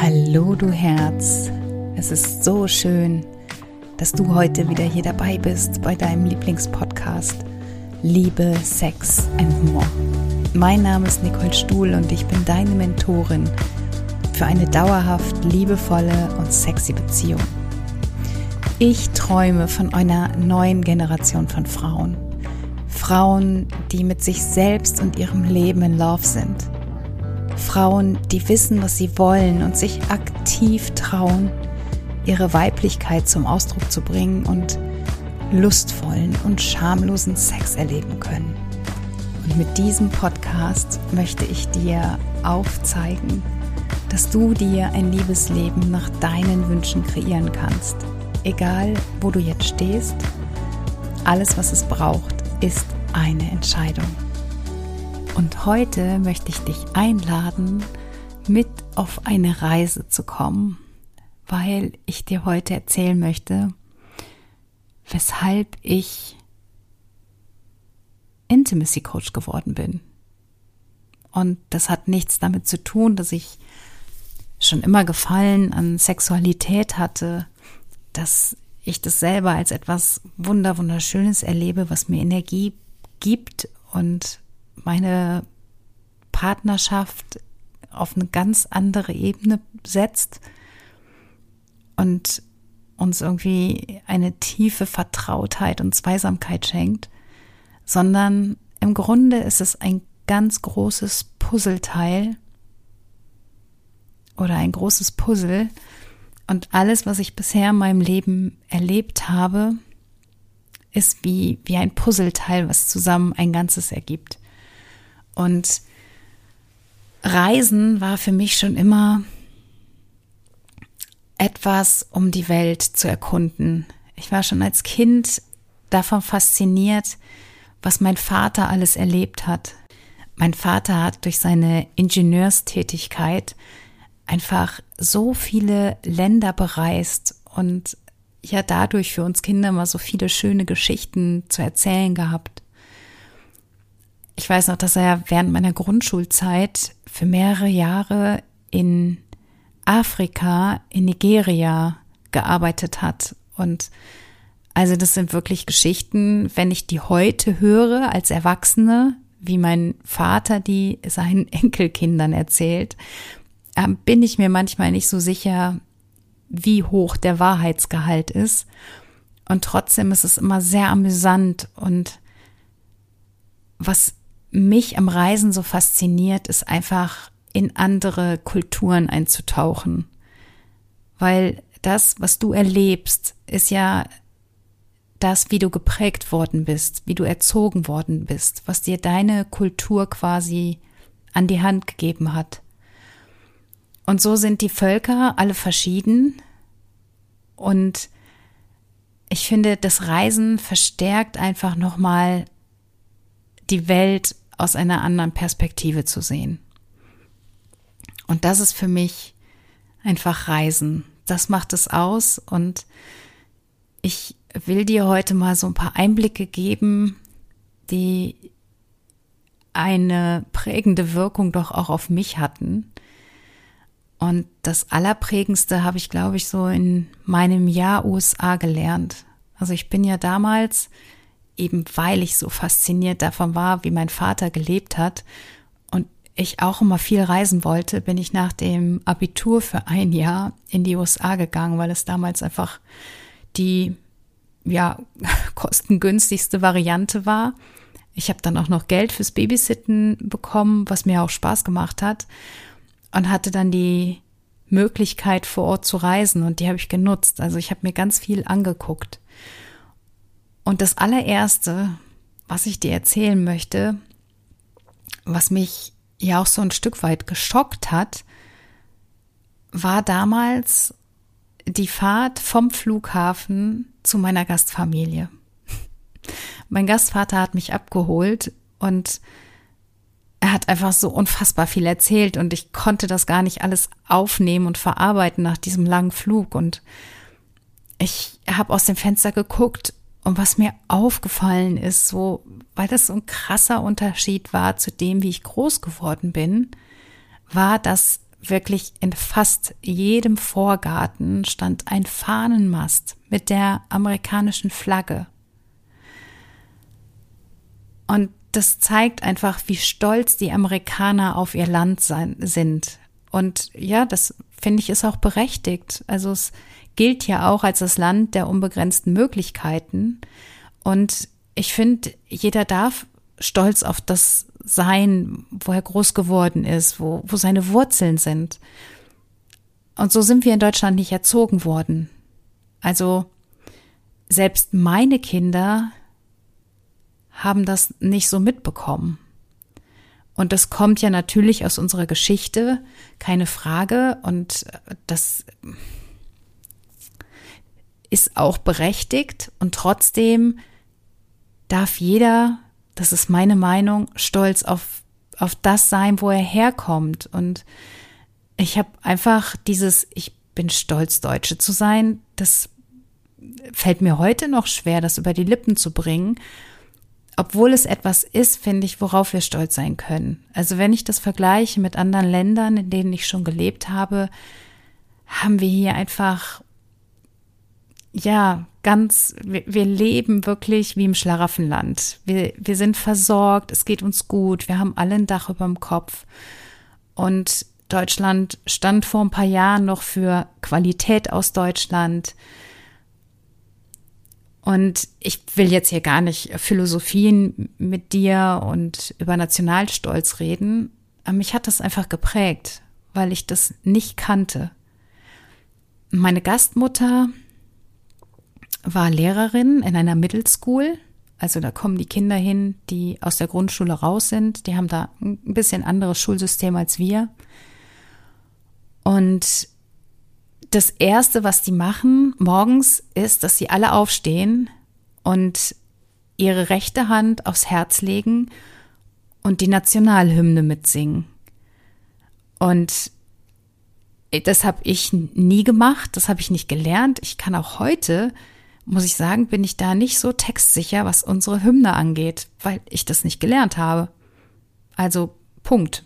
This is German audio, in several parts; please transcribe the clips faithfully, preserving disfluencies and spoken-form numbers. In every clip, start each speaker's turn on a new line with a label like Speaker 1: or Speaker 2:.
Speaker 1: Hallo du Herz, es ist so schön, dass du heute wieder hier dabei bist bei deinem Lieblingspodcast Liebe, Sex and More. Mein Name ist Nicole Stuhl und ich bin deine Mentorin für eine dauerhaft liebevolle und sexy Beziehung. Ich träume von einer neuen Generation von Frauen. Frauen, die mit sich selbst und ihrem Leben in Love sind. Frauen, die wissen, was sie wollen und sich aktiv trauen, ihre Weiblichkeit zum Ausdruck zu bringen und lustvollen und schamlosen Sex erleben können. Und mit diesem Podcast möchte ich dir aufzeigen, dass du dir ein Liebesleben nach deinen Wünschen kreieren kannst. Egal, wo du jetzt stehst, alles, was es braucht, ist eine Entscheidung. Und heute möchte ich dich einladen, mit auf eine Reise zu kommen, weil ich dir heute erzählen möchte, weshalb ich Intimacy Coach geworden bin. Und das hat nichts damit zu tun, dass ich schon immer Gefallen an Sexualität hatte, dass ich das selber als etwas wunder wunderschönes erlebe, was mir Energie gibt und meine Partnerschaft auf eine ganz andere Ebene setzt und uns irgendwie eine tiefe Vertrautheit und Zweisamkeit schenkt, sondern im Grunde ist es ein ganz großes Puzzleteil oder ein großes Puzzle und alles, was ich bisher in meinem Leben erlebt habe, ist wie, wie ein Puzzleteil, was zusammen ein Ganzes ergibt. Und Reisen war für mich schon immer etwas, um die Welt zu erkunden. Ich war schon als Kind davon fasziniert, was mein Vater alles erlebt hat. Mein Vater hat durch seine Ingenieurstätigkeit einfach so viele Länder bereist und ja dadurch für uns Kinder mal so viele schöne Geschichten zu erzählen gehabt. Ich weiß noch, dass er während meiner Grundschulzeit für mehrere Jahre in Afrika, in Nigeria gearbeitet hat. Und also das sind wirklich Geschichten, wenn ich die heute höre als Erwachsene, wie mein Vater die seinen Enkelkindern erzählt, bin ich mir manchmal nicht so sicher, wie hoch der Wahrheitsgehalt ist. Und trotzdem ist es immer sehr amüsant. Und was mich am Reisen so fasziniert, ist einfach in andere Kulturen einzutauchen. Weil das, was du erlebst, ist ja das, wie du geprägt worden bist, wie du erzogen worden bist, was dir deine Kultur quasi an die Hand gegeben hat. Und so sind die Völker alle verschieden. Und ich finde, das Reisen verstärkt einfach nochmal die Welt aus einer anderen Perspektive zu sehen. Und das ist für mich einfach Reisen. Das macht es aus. Und ich will dir heute mal so ein paar Einblicke geben, die eine prägende Wirkung doch auch auf mich hatten. Und das Allerprägendste habe ich, glaube ich, so in meinem Jahr U S A gelernt. Also ich bin ja damals, eben weil ich so fasziniert davon war, wie mein Vater gelebt hat und ich auch immer viel reisen wollte, bin ich nach dem Abitur für ein Jahr in die U S A gegangen, weil es damals einfach die ja kostengünstigste Variante war. Ich habe dann auch noch Geld fürs Babysitten bekommen, was mir auch Spaß gemacht hat. Und hatte dann die Möglichkeit, vor Ort zu reisen und die habe ich genutzt. Also ich habe mir ganz viel angeguckt. Und das allererste, was ich dir erzählen möchte, was mich ja auch so ein Stück weit geschockt hat, war damals die Fahrt vom Flughafen zu meiner Gastfamilie. Mein Gastvater hat mich abgeholt und er hat einfach so unfassbar viel erzählt und ich konnte das gar nicht alles aufnehmen und verarbeiten nach diesem langen Flug. Und ich habe aus dem Fenster geguckt und was mir aufgefallen ist, so, weil das so ein krasser Unterschied war zu dem, wie ich groß geworden bin, war, dass wirklich in fast jedem Vorgarten stand ein Fahnenmast mit der amerikanischen Flagge. Und das zeigt einfach, wie stolz die Amerikaner auf ihr Land sein, sind. Und ja, das finde ich ist auch berechtigt. Also es gilt ja auch als das Land der unbegrenzten Möglichkeiten. Und ich finde, jeder darf stolz auf das sein, wo er groß geworden ist, wo, wo seine Wurzeln sind. Und so sind wir in Deutschland nicht erzogen worden. Also selbst meine Kinder haben das nicht so mitbekommen. Und das kommt ja natürlich aus unserer Geschichte, keine Frage. Und das ist auch berechtigt. Und trotzdem darf jeder, das ist meine Meinung, stolz auf, auf das sein, wo er herkommt. Und ich habe einfach dieses, ich bin stolz, Deutsche zu sein, das fällt mir heute noch schwer, das über die Lippen zu bringen. Obwohl es etwas ist, finde ich, worauf wir stolz sein können. Also wenn ich das vergleiche mit anderen Ländern, in denen ich schon gelebt habe, haben wir hier einfach, ja, ganz, wir, wir leben wirklich wie im Schlaraffenland. Wir, wir sind versorgt, es geht uns gut, wir haben alle ein Dach über dem Kopf. Und Deutschland stand vor ein paar Jahren noch für Qualität aus Deutschland. Und ich will jetzt hier gar nicht Philosophien mit dir und über Nationalstolz reden. Aber mich hat das einfach geprägt, weil ich das nicht kannte. Meine Gastmutter war Lehrerin in einer Middle School. Also da kommen die Kinder hin, die aus der Grundschule raus sind. Die haben da ein bisschen anderes Schulsystem als wir. Und das Erste, was die machen morgens, ist, dass sie alle aufstehen und ihre rechte Hand aufs Herz legen und die Nationalhymne mitsingen. Und das habe ich nie gemacht, das habe ich nicht gelernt. Ich kann auch heute, muss ich sagen, bin ich da nicht so textsicher, was unsere Hymne angeht, weil ich das nicht gelernt habe. Also Punkt.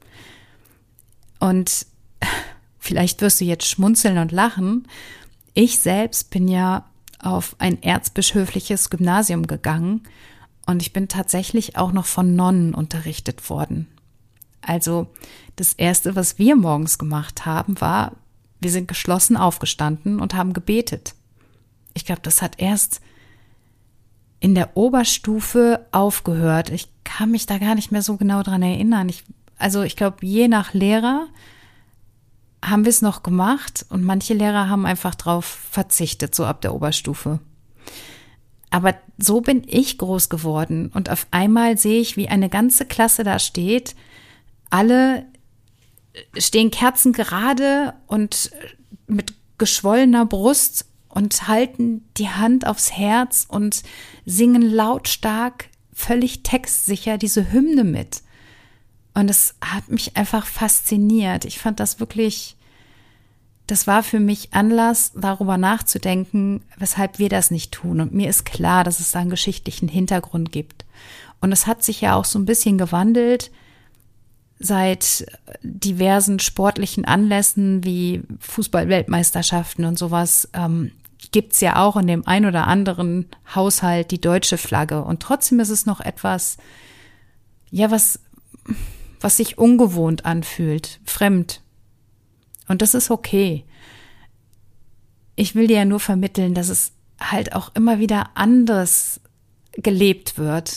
Speaker 1: Und vielleicht wirst du jetzt schmunzeln und lachen. Ich selbst bin ja auf ein erzbischöfliches Gymnasium gegangen und ich bin tatsächlich auch noch von Nonnen unterrichtet worden. Also das Erste, was wir morgens gemacht haben, war, wir sind geschlossen aufgestanden und haben gebetet. Ich glaube, das hat erst in der Oberstufe aufgehört. Ich kann mich da gar nicht mehr so genau dran erinnern. Ich, also ich glaube, je nach Lehrer haben wir es noch gemacht und manche Lehrer haben einfach drauf verzichtet, so ab der Oberstufe. Aber so bin ich groß geworden und auf einmal sehe ich, wie eine ganze Klasse da steht. Alle stehen kerzengerade und mit geschwollener Brust und halten die Hand aufs Herz und singen lautstark, völlig textsicher diese Hymne mit. Und es hat mich einfach fasziniert. Ich fand das wirklich, das war für mich Anlass, darüber nachzudenken, weshalb wir das nicht tun. Und mir ist klar, dass es da einen geschichtlichen Hintergrund gibt. Und es hat sich ja auch so ein bisschen gewandelt seit diversen sportlichen Anlässen wie Fußball-Weltmeisterschaften und sowas. Ähm, gibt's ja auch in dem ein oder anderen Haushalt die deutsche Flagge. Und trotzdem ist es noch etwas, ja, was was sich ungewohnt anfühlt, fremd. Und das ist okay. Ich will dir ja nur vermitteln, dass es halt auch immer wieder anders gelebt wird.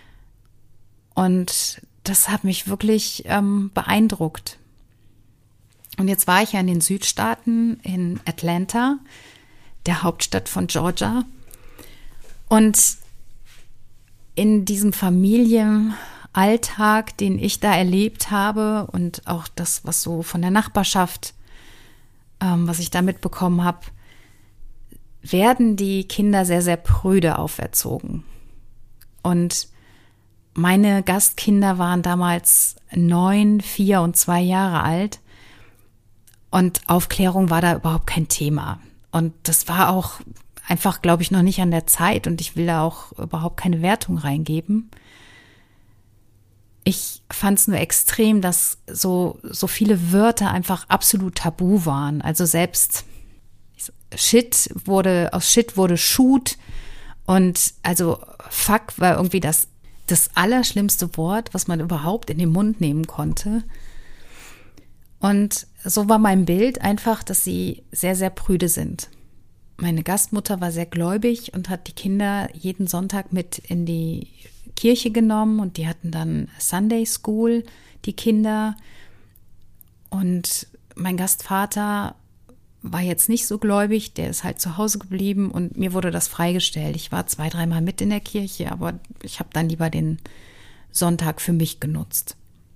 Speaker 1: Und das hat mich wirklich ähm, beeindruckt. Und jetzt war ich ja in den Südstaaten, in Atlanta, der Hauptstadt von Georgia. Und in diesem Familien Alltag, den ich da erlebt habe und auch das, was so von der Nachbarschaft, ähm, was ich da mitbekommen habe, werden die Kinder sehr, sehr prüde auferzogen. Und meine Gastkinder waren damals neun, vier und zwei Jahre alt und Aufklärung war da überhaupt kein Thema. Und das war auch einfach, glaube ich, noch nicht an der Zeit und ich will da auch überhaupt keine Wertung reingeben. Ich fand es nur extrem, dass so, so viele Wörter einfach absolut tabu waren. Also selbst Shit wurde, aus Shit wurde Shoot und also Fuck war irgendwie das, das allerschlimmste Wort, was man überhaupt in den Mund nehmen konnte. Und so war mein Bild einfach, dass sie sehr, sehr prüde sind. Meine Gastmutter war sehr gläubig und hat die Kinder jeden Sonntag mit in die Kirche genommen und die hatten dann Sunday School, die Kinder. Und mein Gastvater war jetzt nicht so gläubig, der ist halt zu Hause geblieben und mir wurde das freigestellt. Ich war zwei, dreimal mit in der Kirche, aber ich habe dann lieber den Sonntag für mich genutzt.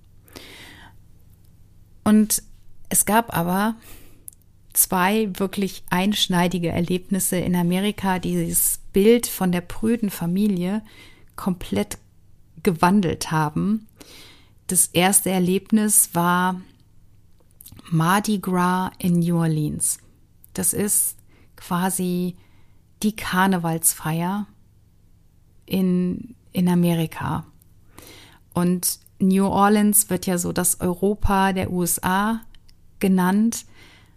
Speaker 1: Und es gab aber zwei wirklich einschneidige Erlebnisse in Amerika, die dieses Bild von der prüden Familie komplett gewandelt haben. Das erste Erlebnis war Mardi Gras in New Orleans. Das ist quasi die Karnevalsfeier in, in Amerika. Und New Orleans wird ja so das Europa der U S A genannt.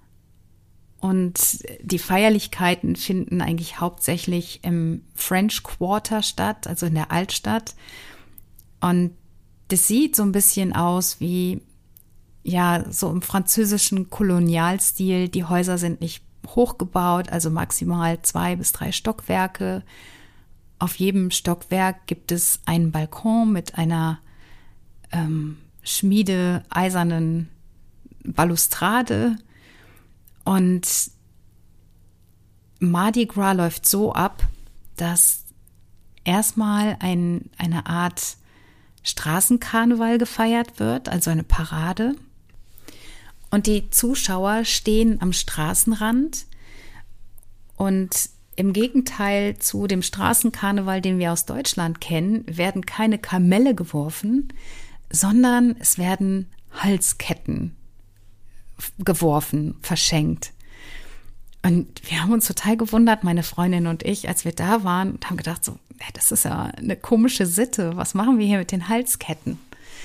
Speaker 1: Und die Feierlichkeiten finden eigentlich hauptsächlich im French Quarter statt, also in der Altstadt. Und das sieht so ein bisschen aus wie, ja, so im französischen Kolonialstil. Die Häuser sind nicht hochgebaut, also maximal zwei bis drei Stockwerke. Auf jedem Stockwerk gibt es einen Balkon mit einer ähm, schmiedeeisernen Balustrade. Und Mardi Gras läuft so ab, dass erstmal ein, eine Art Straßenkarneval gefeiert wird, also eine Parade. Und die Zuschauer stehen am Straßenrand. Und im Gegenteil zu dem Straßenkarneval, den wir aus Deutschland kennen, werden keine Kamelle geworfen, sondern es werden Halsketten geworfen, verschenkt. Und wir haben uns total gewundert, meine Freundin und ich, als wir da waren und haben gedacht, so, das ist ja eine komische Sitte. Was machen wir hier mit den Halsketten?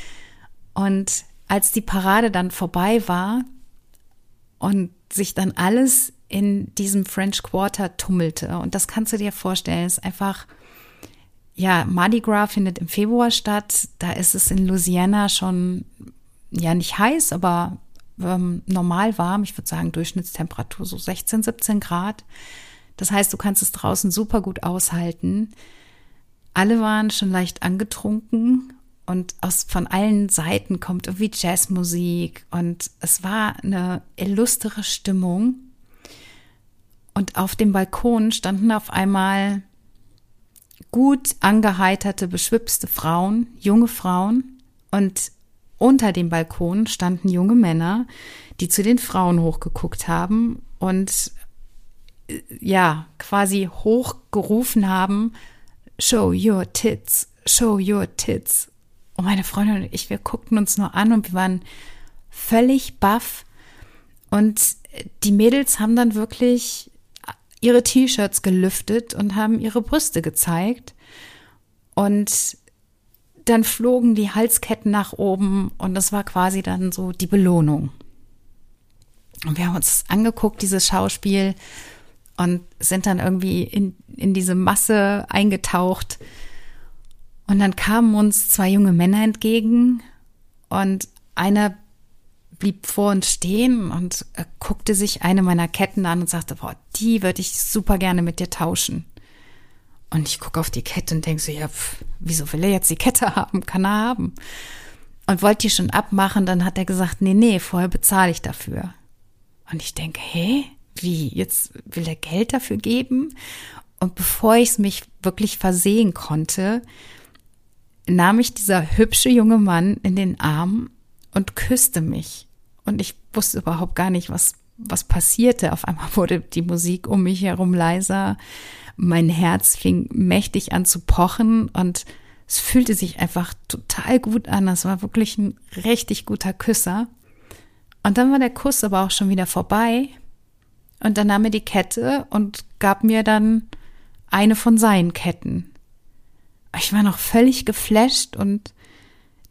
Speaker 1: Und als die Parade dann vorbei war und sich dann alles in diesem French Quarter tummelte, und das kannst du dir vorstellen, ist einfach, ja, Mardi Gras findet im Februar statt. Da ist es in Louisiana schon, ja, nicht heiß, aber ähm, normal warm. Ich würde sagen, Durchschnittstemperatur so sechzehn, siebzehn Grad. Das heißt, du kannst es draußen super gut aushalten. Alle waren schon leicht angetrunken und aus, von allen Seiten kommt irgendwie Jazzmusik und es war eine illustre Stimmung. Und auf dem Balkon standen auf einmal gut angeheiterte, beschwipste Frauen, junge Frauen, und unter dem Balkon standen junge Männer, die zu den Frauen hochgeguckt haben und ja, quasi hochgerufen haben, show your tits, show your tits. Und meine Freundin und ich, wir guckten uns nur an und wir waren völlig baff. Und die Mädels haben dann wirklich ihre T-Shirts gelüftet und haben ihre Brüste gezeigt. Und dann flogen die Halsketten nach oben und das war quasi dann so die Belohnung. Und wir haben uns angeguckt, dieses Schauspiel, und sind dann irgendwie in, in diese Masse eingetaucht. Und dann kamen uns zwei junge Männer entgegen und einer blieb vor uns stehen und guckte sich eine meiner Ketten an und sagte, boah, die würde ich super gerne mit dir tauschen. Und ich gucke auf die Kette und denke so, ja, pf, wieso will er jetzt die Kette haben? Kann er haben. Und wollte die schon abmachen, dann hat er gesagt, nee, nee, vorher bezahle ich dafür. Und ich denke, hä? Wie, jetzt will er Geld dafür geben? Und bevor ich es mich wirklich versehen konnte, nahm ich dieser hübsche junge Mann in den Arm und küsste mich. Und ich wusste überhaupt gar nicht, was, was passierte. Auf einmal wurde die Musik um mich herum leiser. Mein Herz fing mächtig an zu pochen und es fühlte sich einfach total gut an. Das war wirklich ein richtig guter Küsser. Und dann war der Kuss aber auch schon wieder vorbei. Und dann nahm er die Kette und gab mir dann eine von seinen Ketten. Ich war noch völlig geflasht und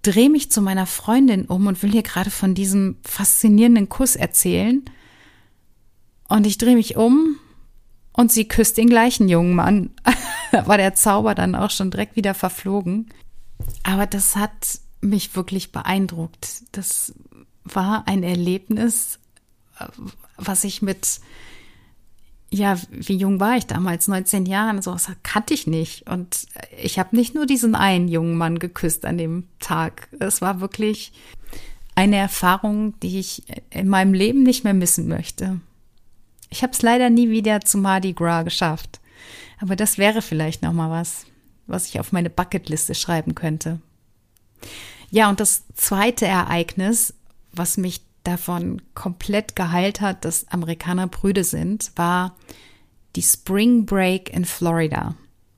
Speaker 1: drehe mich zu meiner Freundin um und will ihr gerade von diesem faszinierenden Kuss erzählen. Und ich drehe mich um und sie küsst den gleichen jungen Mann. Da war der Zauber dann auch schon direkt wieder verflogen. Aber das hat mich wirklich beeindruckt. Das war ein Erlebnis, was ich mit, ja, wie jung war ich damals? neunzehn Jahren, sowas kannte ich nicht. Und ich habe nicht nur diesen einen jungen Mann geküsst an dem Tag. Es war wirklich eine Erfahrung, die ich in meinem Leben nicht mehr missen möchte. Ich habe es leider nie wieder zu Mardi Gras geschafft. Aber das wäre vielleicht noch mal was, was ich auf meine Bucketliste schreiben könnte. Ja, und das zweite Ereignis, was mich davon komplett geheilt hat, dass Amerikaner Brüder sind, war die Spring Break in Florida.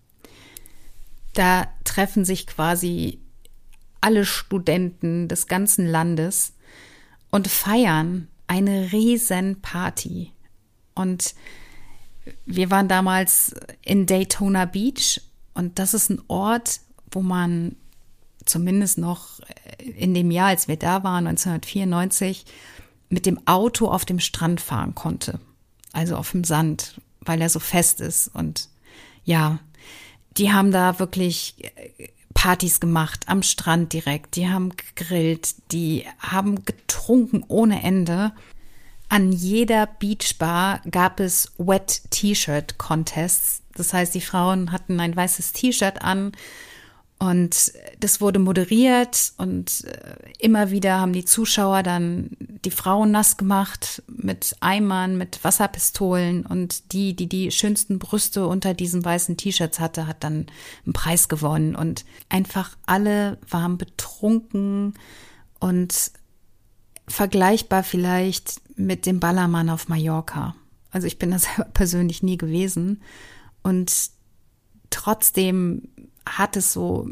Speaker 1: Da treffen sich quasi alle Studenten des ganzen Landes und feiern eine riesen Party. Und wir waren damals in Daytona Beach und das ist ein Ort, wo man zumindest noch in dem Jahr, als wir da waren, neunzehnhundertvierundneunzig, mit dem Auto auf dem Strand fahren konnte. Also auf dem Sand, weil er so fest ist. Und ja, die haben da wirklich Partys gemacht, am Strand direkt. Die haben gegrillt, die haben getrunken ohne Ende. An jeder Beachbar gab es Wet-T-Shirt-Contests. Das heißt, die Frauen hatten ein weißes T-Shirt an und das wurde moderiert und immer wieder haben die Zuschauer dann die Frauen nass gemacht mit Eimern, mit Wasserpistolen und die, die die schönsten Brüste unter diesen weißen T-Shirts hatte, hat dann einen Preis gewonnen und einfach alle waren betrunken und vergleichbar vielleicht mit dem Ballermann auf Mallorca. Also ich bin da selber persönlich nie gewesen und trotzdem hat es so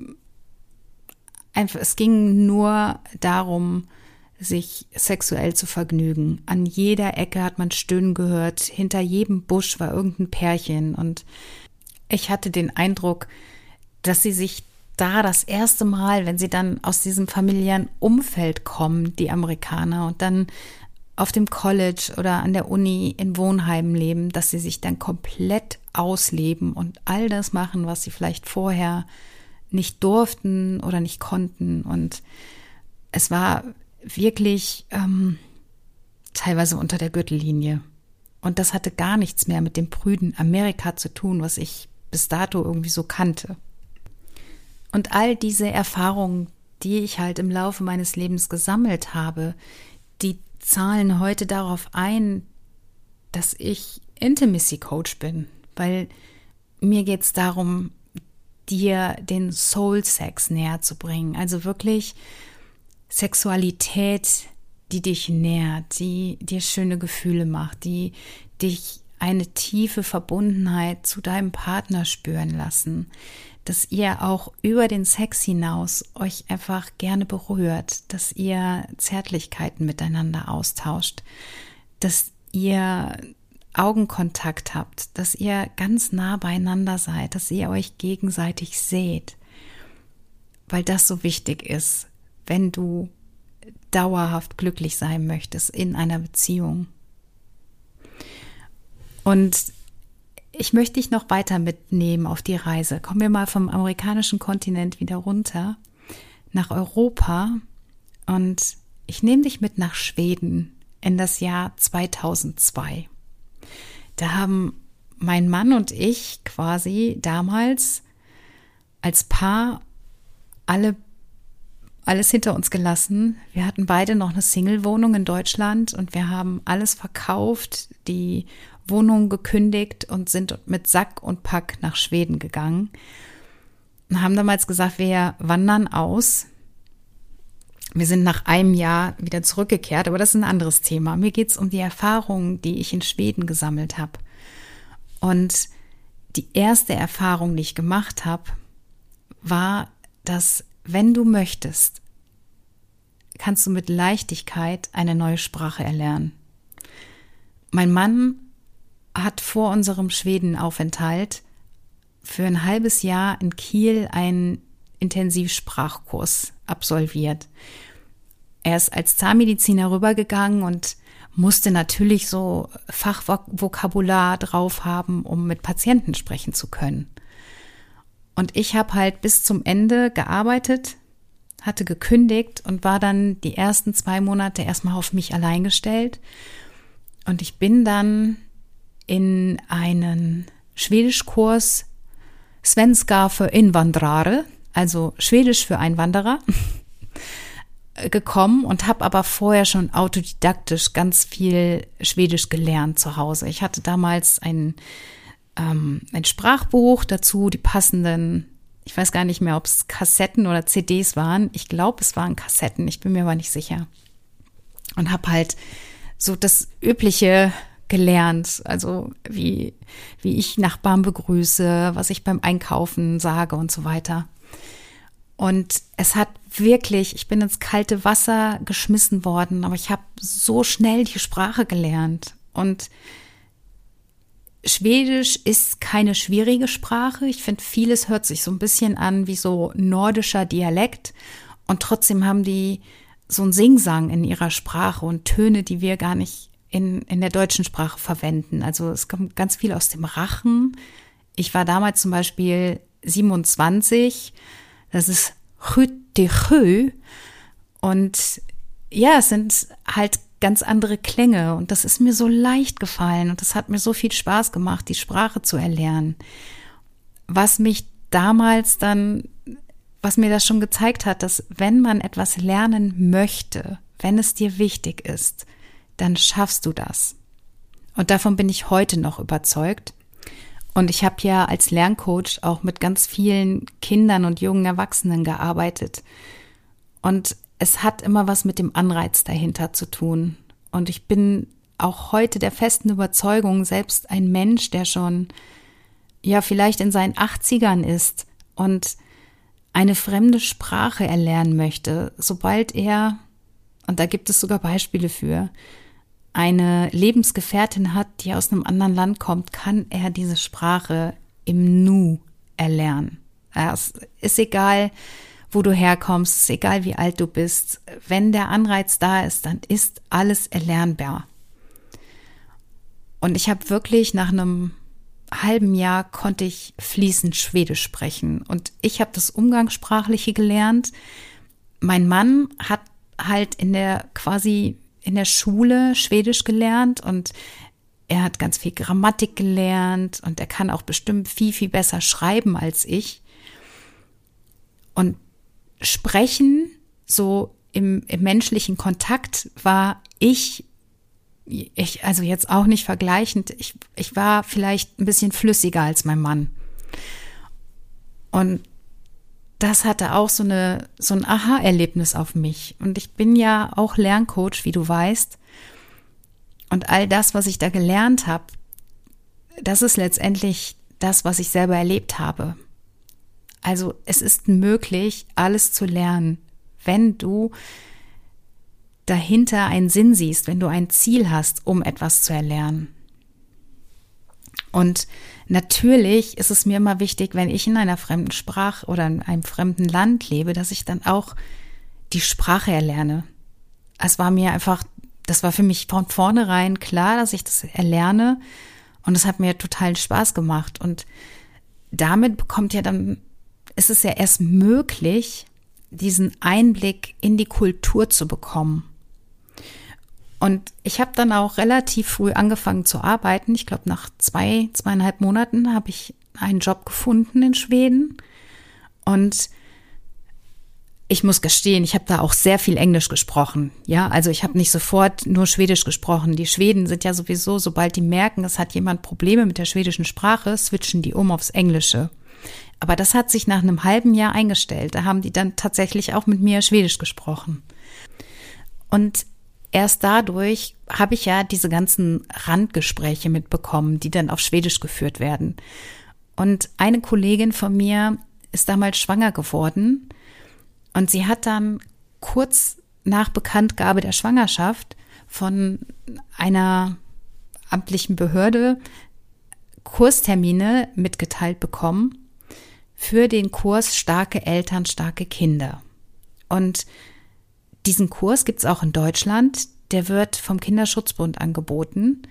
Speaker 1: einfach, es ging nur darum, sich sexuell zu vergnügen. An jeder Ecke hat man Stöhnen gehört, hinter jedem Busch war irgendein Pärchen und ich hatte den Eindruck, dass sie sich da das erste Mal, wenn sie dann aus diesem familiären Umfeld kommen, die Amerikaner, und dann auf dem College oder an der Uni in Wohnheimen leben, dass sie sich dann komplett ausleben und all das machen, was sie vielleicht vorher nicht durften oder nicht konnten. Und es war wirklich ähm, teilweise unter der Gürtellinie. Und das hatte gar nichts mehr mit dem prüden Amerika zu tun, was ich bis dato irgendwie so kannte. Und all diese Erfahrungen, die ich halt im Laufe meines Lebens gesammelt habe, die zahlen heute darauf ein, dass ich Intimacy Coach bin, weil mir geht es darum, dir den Soul Sex näher zu bringen, also wirklich Sexualität, die dich nährt, die dir schöne Gefühle macht, die dich eine tiefe Verbundenheit zu deinem Partner spüren lassen, dass ihr auch über den Sex hinaus euch einfach gerne berührt, dass ihr Zärtlichkeiten miteinander austauscht, dass ihr Augenkontakt habt, dass ihr ganz nah beieinander seid, dass ihr euch gegenseitig seht, weil das so wichtig ist, wenn du dauerhaft glücklich sein möchtest in einer Beziehung. Und ich möchte dich noch weiter mitnehmen auf die Reise. Kommen wir mal vom amerikanischen Kontinent wieder runter nach Europa und ich nehme dich mit nach Schweden in das Jahr zweitausendzwei. Da haben mein Mann und ich quasi damals als Paar alle alles hinter uns gelassen. Wir hatten beide noch eine Single-Wohnung in Deutschland und wir haben alles verkauft, die Wohnung gekündigt und sind mit Sack und Pack nach Schweden gegangen und haben damals gesagt, wir wandern aus. Wir sind nach einem Jahr wieder zurückgekehrt, aber das ist ein anderes Thema. Mir geht es um die Erfahrungen, die ich in Schweden gesammelt habe. Und die erste Erfahrung, die ich gemacht habe, war, dass wenn du möchtest, kannst du mit Leichtigkeit eine neue Sprache erlernen. Mein Mann hat vor unserem Schwedenaufenthalt für ein halbes Jahr in Kiel einen Intensivsprachkurs absolviert. Er ist als Zahnmediziner rübergegangen und musste natürlich so Fachvokabular drauf haben, um mit Patienten sprechen zu können. Und ich habe halt bis zum Ende gearbeitet, hatte gekündigt und war dann die ersten zwei Monate erstmal auf mich allein gestellt. Und ich bin dann in einen Schwedischkurs Svenska för invandrare, also Schwedisch für Einwanderer, gekommen und habe aber vorher schon autodidaktisch ganz viel Schwedisch gelernt zu Hause. Ich hatte damals ein, ähm, ein Sprachbuch dazu, die passenden, ich weiß gar nicht mehr, ob es Kassetten oder C Ds waren. Ich glaube, es waren Kassetten, ich bin mir aber nicht sicher. Und habe halt so das Übliche gelernt, also wie, wie ich Nachbarn begrüße, was ich beim Einkaufen sage und so weiter. Und es hat wirklich, ich bin ins kalte Wasser geschmissen worden, aber ich habe so schnell die Sprache gelernt. Und Schwedisch ist keine schwierige Sprache. Ich finde, vieles hört sich so ein bisschen an wie so nordischer Dialekt. Und trotzdem haben die so einen Singsang in ihrer Sprache und Töne, die wir gar nicht in, in der deutschen Sprache verwenden. Also es kommt ganz viel aus dem Rachen. Ich war damals zum Beispiel siebenundzwanzig. Das ist Hüttechö. Und ja, es sind halt ganz andere Klänge. Und das ist mir so leicht gefallen. Und das hat mir so viel Spaß gemacht, die Sprache zu erlernen. Was mich damals dann, was mir das schon gezeigt hat, dass wenn man etwas lernen möchte, wenn es dir wichtig ist, dann schaffst du das. Und davon bin ich heute noch überzeugt. Und ich habe ja als Lerncoach auch mit ganz vielen Kindern und jungen Erwachsenen gearbeitet. Und es hat immer was mit dem Anreiz dahinter zu tun. Und ich bin auch heute der festen Überzeugung, selbst ein Mensch, der schon ja vielleicht in seinen achtzigern ist und eine fremde Sprache erlernen möchte, sobald er, und da gibt es sogar Beispiele für, eine Lebensgefährtin hat, die aus einem anderen Land kommt, kann er diese Sprache im Nu erlernen. Es ist egal, wo du herkommst, es ist egal, wie alt du bist. Wenn der Anreiz da ist, dann ist alles erlernbar. Und ich habe wirklich nach einem halben Jahr konnte ich fließend Schwedisch sprechen. Und ich habe das Umgangssprachliche gelernt. Mein Mann hat halt in der quasi in der Schule Schwedisch gelernt und er hat ganz viel Grammatik gelernt und er kann auch bestimmt viel, viel besser schreiben als ich. Und Sprechen, so im, im menschlichen Kontakt, war ich, ich, also jetzt auch nicht vergleichend, ich, ich war vielleicht ein bisschen flüssiger als mein Mann. Und das hatte auch so eine so ein Aha-Erlebnis auf mich. Und ich bin ja auch Lerncoach, wie du weißt. Und all das, was ich da gelernt habe, das ist letztendlich das, was ich selber erlebt habe. Also es ist möglich, alles zu lernen, wenn du dahinter einen Sinn siehst, wenn du ein Ziel hast, um etwas zu erlernen. Und natürlich ist es mir immer wichtig, wenn ich in einer fremden Sprache oder in einem fremden Land lebe, dass ich dann auch die Sprache erlerne. Es war mir einfach, das war für mich von vornherein klar, dass ich das erlerne und es hat mir total Spaß gemacht. Und damit bekommt ja dann, ist es ja erst möglich, diesen Einblick in die Kultur zu bekommen. Und ich habe dann auch relativ früh angefangen zu arbeiten. Ich glaube, nach zwei, zweieinhalb Monaten habe ich einen Job gefunden in Schweden. Und ich muss gestehen, ich habe da auch sehr viel Englisch gesprochen. Ja, also ich habe nicht sofort nur Schwedisch gesprochen. Die Schweden sind ja sowieso, sobald die merken, es hat jemand Probleme mit der schwedischen Sprache, switchen die um aufs Englische. Aber das hat sich nach einem halben Jahr eingestellt. Da haben die dann tatsächlich auch mit mir Schwedisch gesprochen. Und erst dadurch habe ich ja diese ganzen Randgespräche mitbekommen, die dann auf Schwedisch geführt werden. Und eine Kollegin von mir ist damals schwanger geworden und sie hat dann kurz nach Bekanntgabe der Schwangerschaft von einer amtlichen Behörde Kurstermine mitgeteilt bekommen für den Kurs Starke Eltern, starke Kinder. Und diesen Kurs gibt es auch in Deutschland. Der wird vom Kinderschutzbund angeboten.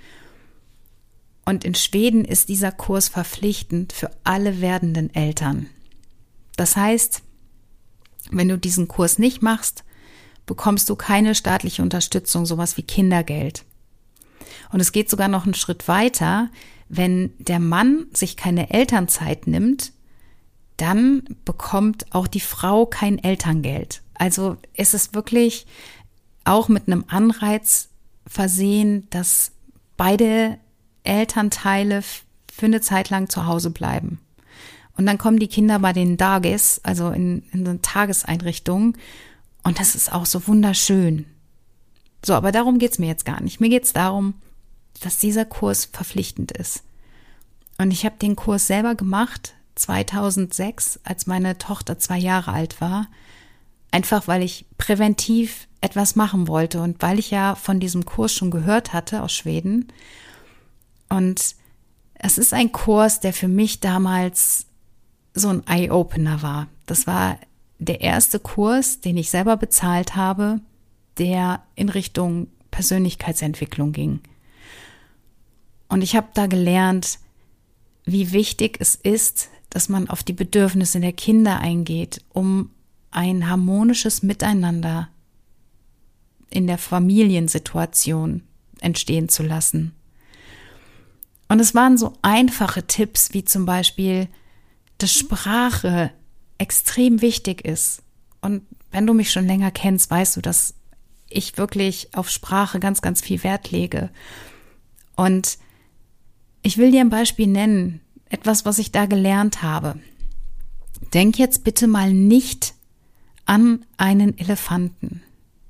Speaker 1: Und in Schweden ist dieser Kurs verpflichtend für alle werdenden Eltern. Das heißt, wenn du diesen Kurs nicht machst, bekommst du keine staatliche Unterstützung, sowas wie Kindergeld. Und es geht sogar noch einen Schritt weiter. Wenn der Mann sich keine Elternzeit nimmt, dann bekommt auch die Frau kein Elterngeld. Also es ist wirklich auch mit einem Anreiz versehen, dass beide Elternteile für eine Zeit lang zu Hause bleiben. Und dann kommen die Kinder bei den Dages, also in, in so Tageseinrichtungen. Und das ist auch so wunderschön. So, aber darum geht's mir jetzt gar nicht. Mir geht's darum, dass dieser Kurs verpflichtend ist. Und ich habe den Kurs selber gemacht, zweitausendsechs, als meine Tochter zwei Jahre alt war. Einfach, weil ich präventiv etwas machen wollte und weil ich ja von diesem Kurs schon gehört hatte aus Schweden. Und es ist ein Kurs, der für mich damals so ein Eye-Opener war. Das war der erste Kurs, den ich selber bezahlt habe, der in Richtung Persönlichkeitsentwicklung ging. Und ich habe da gelernt, wie wichtig es ist, dass man auf die Bedürfnisse der Kinder eingeht, um ein harmonisches Miteinander in der Familiensituation entstehen zu lassen. Und es waren so einfache Tipps, wie zum Beispiel, dass Sprache extrem wichtig ist. Und wenn du mich schon länger kennst, weißt du, dass ich wirklich auf Sprache ganz, ganz viel Wert lege. Und ich will dir ein Beispiel nennen, etwas, was ich da gelernt habe. Denk jetzt bitte mal nicht an einen Elefanten.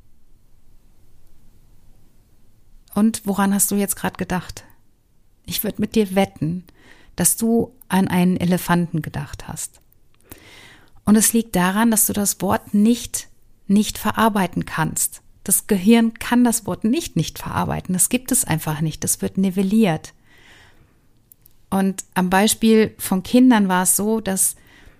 Speaker 1: Und woran hast du jetzt gerade gedacht? Ich würde mit dir wetten, dass du an einen Elefanten gedacht hast. Und es liegt daran, dass du das Wort nicht, nicht verarbeiten kannst. Das Gehirn kann das Wort nicht, nicht verarbeiten. Das gibt es einfach nicht. Das wird nivelliert. Und am Beispiel von Kindern war es so, dass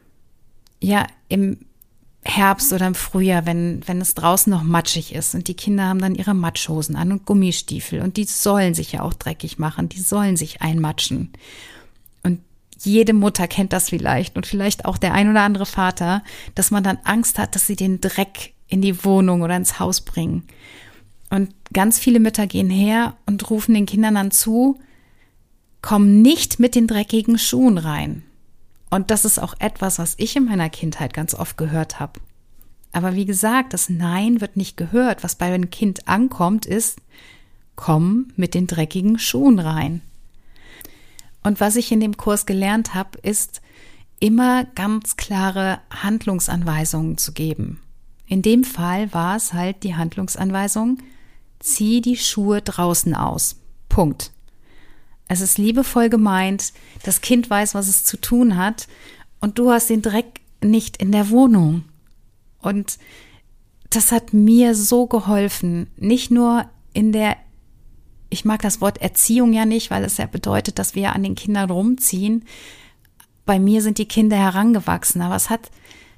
Speaker 1: ja im Herbst oder im Frühjahr, wenn, wenn es draußen noch matschig ist und die Kinder haben dann ihre Matschhosen an und Gummistiefel und die sollen sich ja auch dreckig machen, die sollen sich einmatschen. Und jede Mutter kennt das vielleicht und vielleicht auch der ein oder andere Vater, dass man dann Angst hat, dass sie den Dreck in die Wohnung oder ins Haus bringen. Und ganz viele Mütter gehen her und rufen den Kindern dann zu, komm nicht mit den dreckigen Schuhen rein. Und das ist auch etwas, was ich in meiner Kindheit ganz oft gehört habe. Aber wie gesagt, das Nein wird nicht gehört. Was bei einem Kind ankommt, ist, komm mit den dreckigen Schuhen rein. Und was ich in dem Kurs gelernt habe, ist, immer ganz klare Handlungsanweisungen zu geben. In dem Fall war es halt die Handlungsanweisung, zieh die Schuhe draußen aus. Punkt. Es ist liebevoll gemeint, das Kind weiß, was es zu tun hat und du hast den Dreck nicht in der Wohnung. Und das hat mir so geholfen, nicht nur in der, ich mag das Wort Erziehung ja nicht, weil es ja bedeutet, dass wir an den Kindern rumziehen. Bei mir sind die Kinder herangewachsen, aber es hat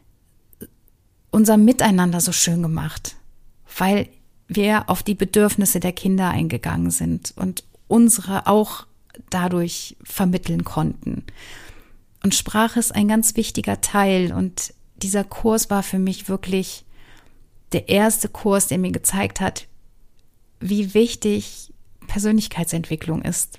Speaker 1: unser Miteinander so schön gemacht, weil wir auf die Bedürfnisse der Kinder eingegangen sind und unsere auch dadurch vermitteln konnten. Und Sprache ist ein ganz wichtiger Teil und dieser Kurs war für mich wirklich der erste Kurs, der mir gezeigt hat, wie wichtig Persönlichkeitsentwicklung ist.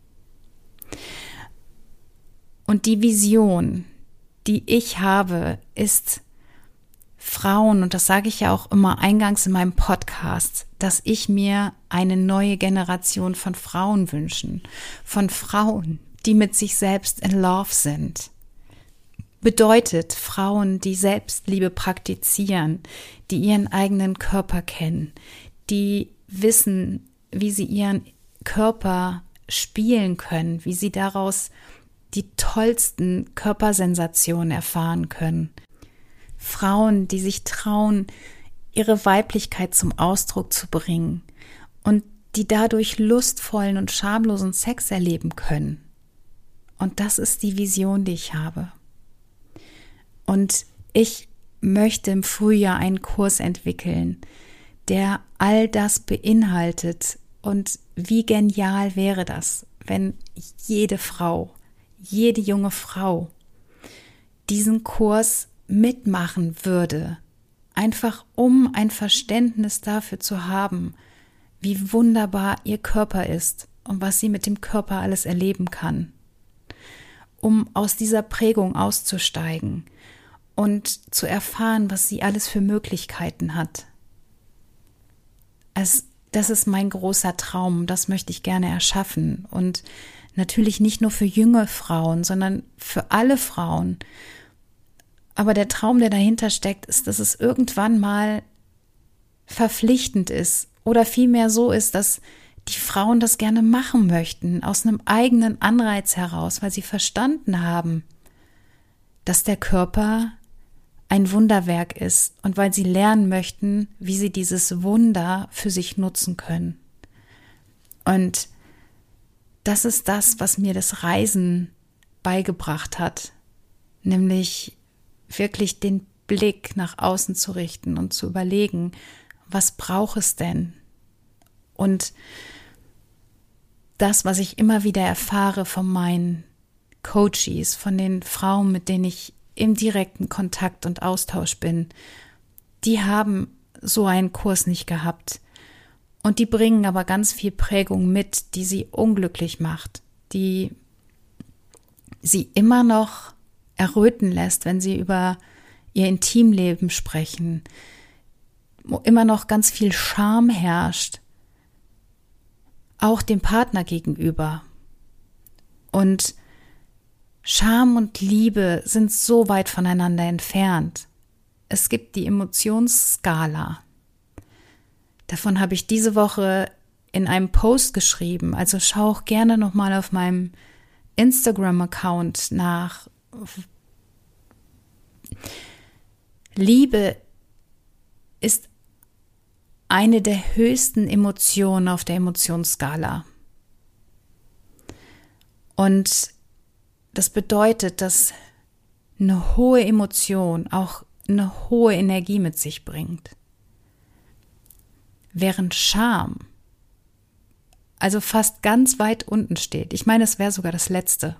Speaker 1: Und die Vision, die ich habe, ist Frauen, und das sage ich ja auch immer eingangs in meinem Podcast, dass ich mir eine neue Generation von Frauen wünschen, von Frauen, die mit sich selbst in Love sind. Bedeutet Frauen, die Selbstliebe praktizieren, die ihren eigenen Körper kennen, die wissen, wie sie ihren Körper spielen können, wie sie daraus die tollsten Körpersensationen erfahren können. Frauen, die sich trauen, ihre Weiblichkeit zum Ausdruck zu bringen und die dadurch lustvollen und schamlosen Sex erleben können. Und das ist die Vision, die ich habe. Und ich möchte im Frühjahr einen Kurs entwickeln, der all das beinhaltet. Und wie genial wäre das, wenn jede Frau, jede junge Frau diesen Kurs mitmachen würde, einfach um ein Verständnis dafür zu haben, wie wunderbar ihr Körper ist und was sie mit dem Körper alles erleben kann, um aus dieser Prägung auszusteigen und zu erfahren, was sie alles für Möglichkeiten hat. Es, das ist mein großer Traum, das möchte ich gerne erschaffen und natürlich nicht nur für junge Frauen, sondern für alle Frauen. Aber der Traum, der dahinter steckt, ist, dass es irgendwann mal verpflichtend ist oder vielmehr so ist, dass die Frauen das gerne machen möchten, aus einem eigenen Anreiz heraus, weil sie verstanden haben, dass der Körper ein Wunderwerk ist und weil sie lernen möchten, wie sie dieses Wunder für sich nutzen können. Und das ist das, was mir das Reisen beigebracht hat, nämlich wirklich den Blick nach außen zu richten und zu überlegen, was braucht es denn? Und das, was ich immer wieder erfahre von meinen Coaches, von den Frauen, mit denen ich im direkten Kontakt und Austausch bin, die haben so einen Kurs nicht gehabt. Und die bringen aber ganz viel Prägung mit, die sie unglücklich macht, die sie immer noch erröten lässt, wenn sie über ihr Intimleben sprechen, wo immer noch ganz viel Scham herrscht, auch dem Partner gegenüber. Und Scham und Liebe sind so weit voneinander entfernt. Es gibt die Emotionsskala. Davon habe ich diese Woche in einem Post geschrieben, also schau auch gerne nochmal auf meinem Instagram-Account nach. Liebe ist eine der höchsten Emotionen auf der Emotionsskala. Und das bedeutet, dass eine hohe Emotion auch eine hohe Energie mit sich bringt. Während Scham also fast ganz weit unten steht. Ich meine, es wäre sogar das Letzte.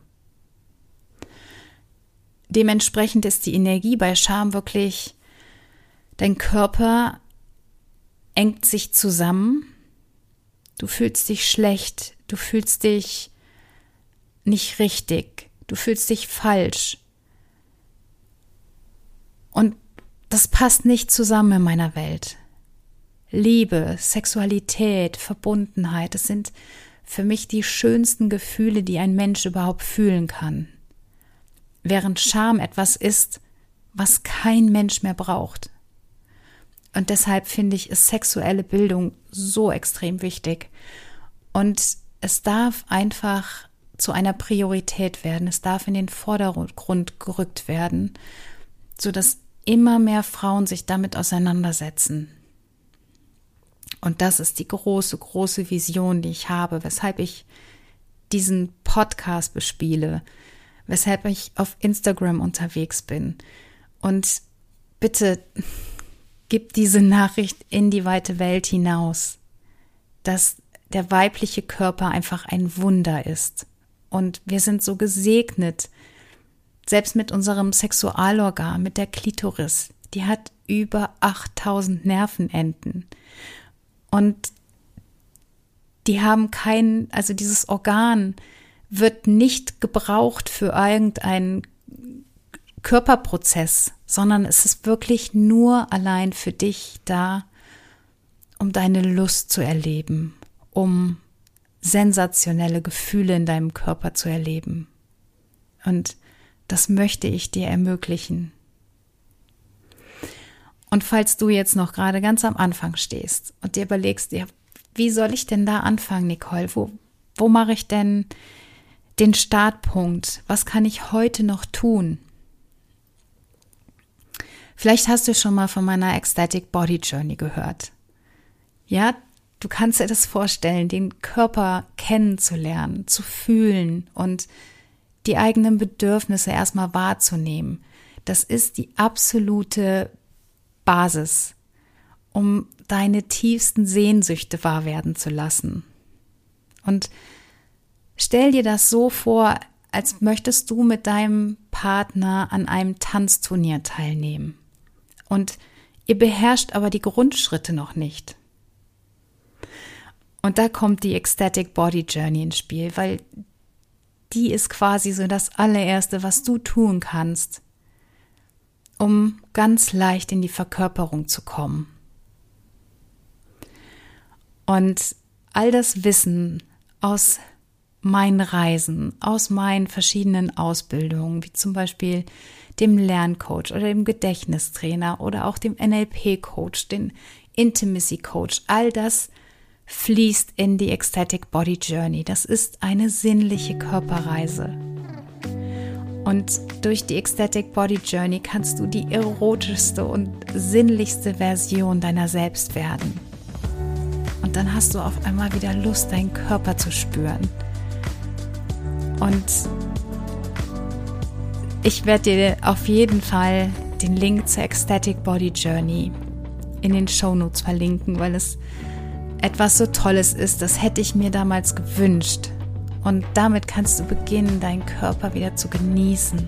Speaker 1: Dementsprechend ist die Energie bei Scham wirklich, dein Körper engt sich zusammen, du fühlst dich schlecht, du fühlst dich nicht richtig, du fühlst dich falsch. Und das passt nicht zusammen in meiner Welt. Liebe, Sexualität, Verbundenheit, das sind für mich die schönsten Gefühle, die ein Mensch überhaupt fühlen kann. Während Scham etwas ist, was kein Mensch mehr braucht. Und deshalb finde ich, ist sexuelle Bildung so extrem wichtig. Und es darf einfach zu einer Priorität werden. Es darf in den Vordergrund gerückt werden, sodass immer mehr Frauen sich damit auseinandersetzen. Und das ist die große, große Vision, die ich habe, weshalb ich diesen Podcast bespiele, weshalb ich auf Instagram unterwegs bin. Und bitte gib diese Nachricht in die weite Welt hinaus, dass der weibliche Körper einfach ein Wunder ist. Und wir sind so gesegnet, selbst mit unserem Sexualorgan, mit der Klitoris. Die hat über achttausend Nervenenden. Und die haben keinen, also dieses Organ wird nicht gebraucht für irgendeinen Körperprozess, sondern es ist wirklich nur allein für dich da, um deine Lust zu erleben, um sensationelle Gefühle in deinem Körper zu erleben. Und das möchte ich dir ermöglichen. Und falls du jetzt noch gerade ganz am Anfang stehst und dir überlegst, ja, wie soll ich denn da anfangen, Nicole? Wo, wo mache ich denn den Startpunkt? Was kann ich heute noch tun? Vielleicht hast du schon mal von meiner Ecstatic Body Journey gehört. Ja, du kannst dir das vorstellen, den Körper kennenzulernen, zu fühlen und die eigenen Bedürfnisse erstmal wahrzunehmen. Das ist die absolute Basis, um deine tiefsten Sehnsüchte wahr werden zu lassen. Und stell dir das so vor, als möchtest du mit deinem Partner an einem Tanzturnier teilnehmen. Und ihr beherrscht aber die Grundschritte noch nicht. Und da kommt die Ecstatic Body Journey ins Spiel, weil die ist quasi so das allererste, was du tun kannst, um ganz leicht in die Verkörperung zu kommen. Und all das Wissen aus meinen Reisen, aus meinen verschiedenen Ausbildungen, wie zum Beispiel dem Lerncoach oder dem Gedächtnistrainer oder auch dem N L P-Coach, den Intimacy-Coach, all das fließt in die Ecstatic Body Journey. Das ist eine sinnliche Körperreise. Und durch die Ecstatic Body Journey kannst du die erotischste und sinnlichste Version deiner selbst werden. Und dann hast du auf einmal wieder Lust, deinen Körper zu spüren. Und ich werde dir auf jeden Fall den Link zur Ecstatic Body Journey in den Shownotes verlinken, weil es etwas so Tolles ist, das hätte ich mir damals gewünscht. Und damit kannst du beginnen, deinen Körper wieder zu genießen.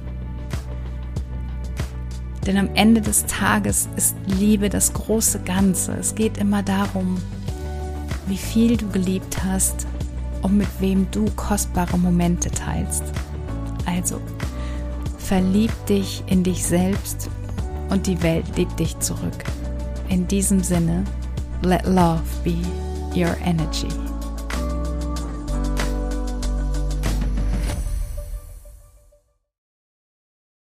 Speaker 1: Denn am Ende des Tages ist Liebe das große Ganze. Es geht immer darum, wie viel du geliebt hast und mit wem du kostbare Momente teilst. Also, verlieb dich in dich selbst und die Welt liebt dich zurück. In diesem Sinne, let love be your energy.